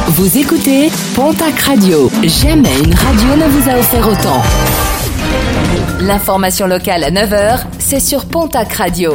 Vous écoutez Pontac Radio. Jamais une radio ne vous a offert autant. L'information locale à 9h, c'est sur Pontac Radio.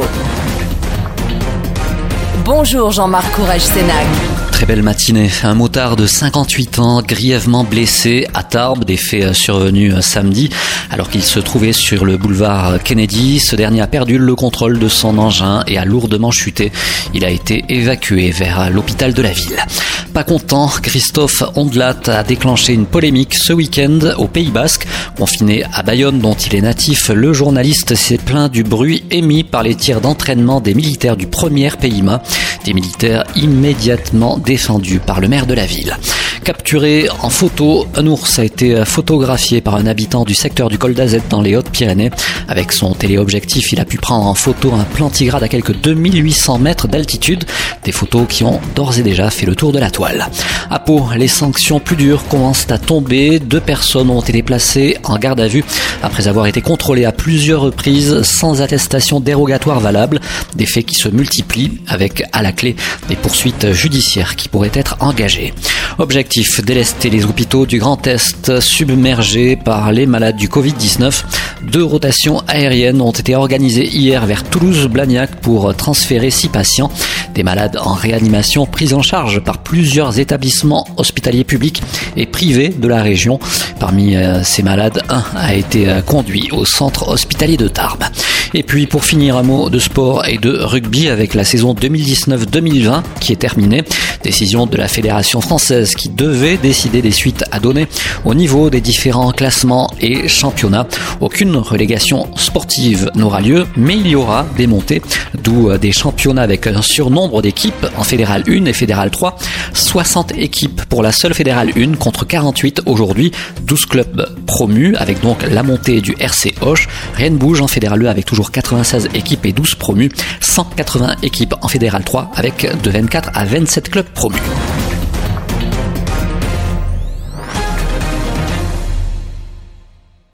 Bonjour Jean-Marc Courage-Sénac. Très belle matinée. Un motard de 58 ans grièvement blessé à Tarbes, des faits survenus samedi alors qu'il se trouvait sur le boulevard Kennedy. Ce dernier a perdu le contrôle de son engin et a lourdement chuté. Il a été évacué vers l'hôpital de la ville. Pas content, Christophe Ondelat a déclenché une polémique ce week-end au Pays Basque. Confiné à Bayonne, dont il est natif, le journaliste s'est plaint du bruit émis par les tirs d'entraînement des militaires du 1er PIMA. Des militaires immédiatement défendus par le maire de la ville. Capturé en photo, un ours a été photographié par un habitant du secteur du Col d'Azette dans les Hautes-Pyrénées. Avec son téléobjectif, il a pu prendre en photo un plantigrade à quelques 2800 mètres d'altitude. Des photos qui ont d'ores et déjà fait le tour de la toile. À Pau, les sanctions plus dures commencent à tomber. 2 personnes ont été placées en garde à vue après avoir été contrôlées à plusieurs reprises sans attestation dérogatoire valable. Des faits qui se multiplient avec à la clé des poursuites judiciaires qui pourraient être engagées. Objectif, délester les hôpitaux du Grand Est submergés par les malades du Covid-19. 2 rotations aériennes ont été organisées hier vers Toulouse-Blagnac pour transférer 6 patients. Des malades en réanimation pris en charge par plusieurs établissements hospitaliers publics et privés de la région. Parmi ces malades, un a été conduit au centre hospitalier de Tarbes. Et puis pour finir, un mot de sport et de rugby avec la saison 2019-2020 qui est terminée. Décision de la Fédération française qui devait décider des suites à donner au niveau des différents classements et championnats. Aucune relégation sportive n'aura lieu, mais il y aura des montées, d'où des championnats avec un surnombre d'équipes en Fédéral 1 et Fédéral 3. 60 équipes pour la seule Fédéral 1 contre 48 aujourd'hui. 12 clubs promus avec donc la montée du RC Hoche. Rien ne bouge en Fédéral 2 avec toujours 96 équipes et 12 promus. 180 équipes en Fédéral 3 avec de 24 à 27 clubs promus.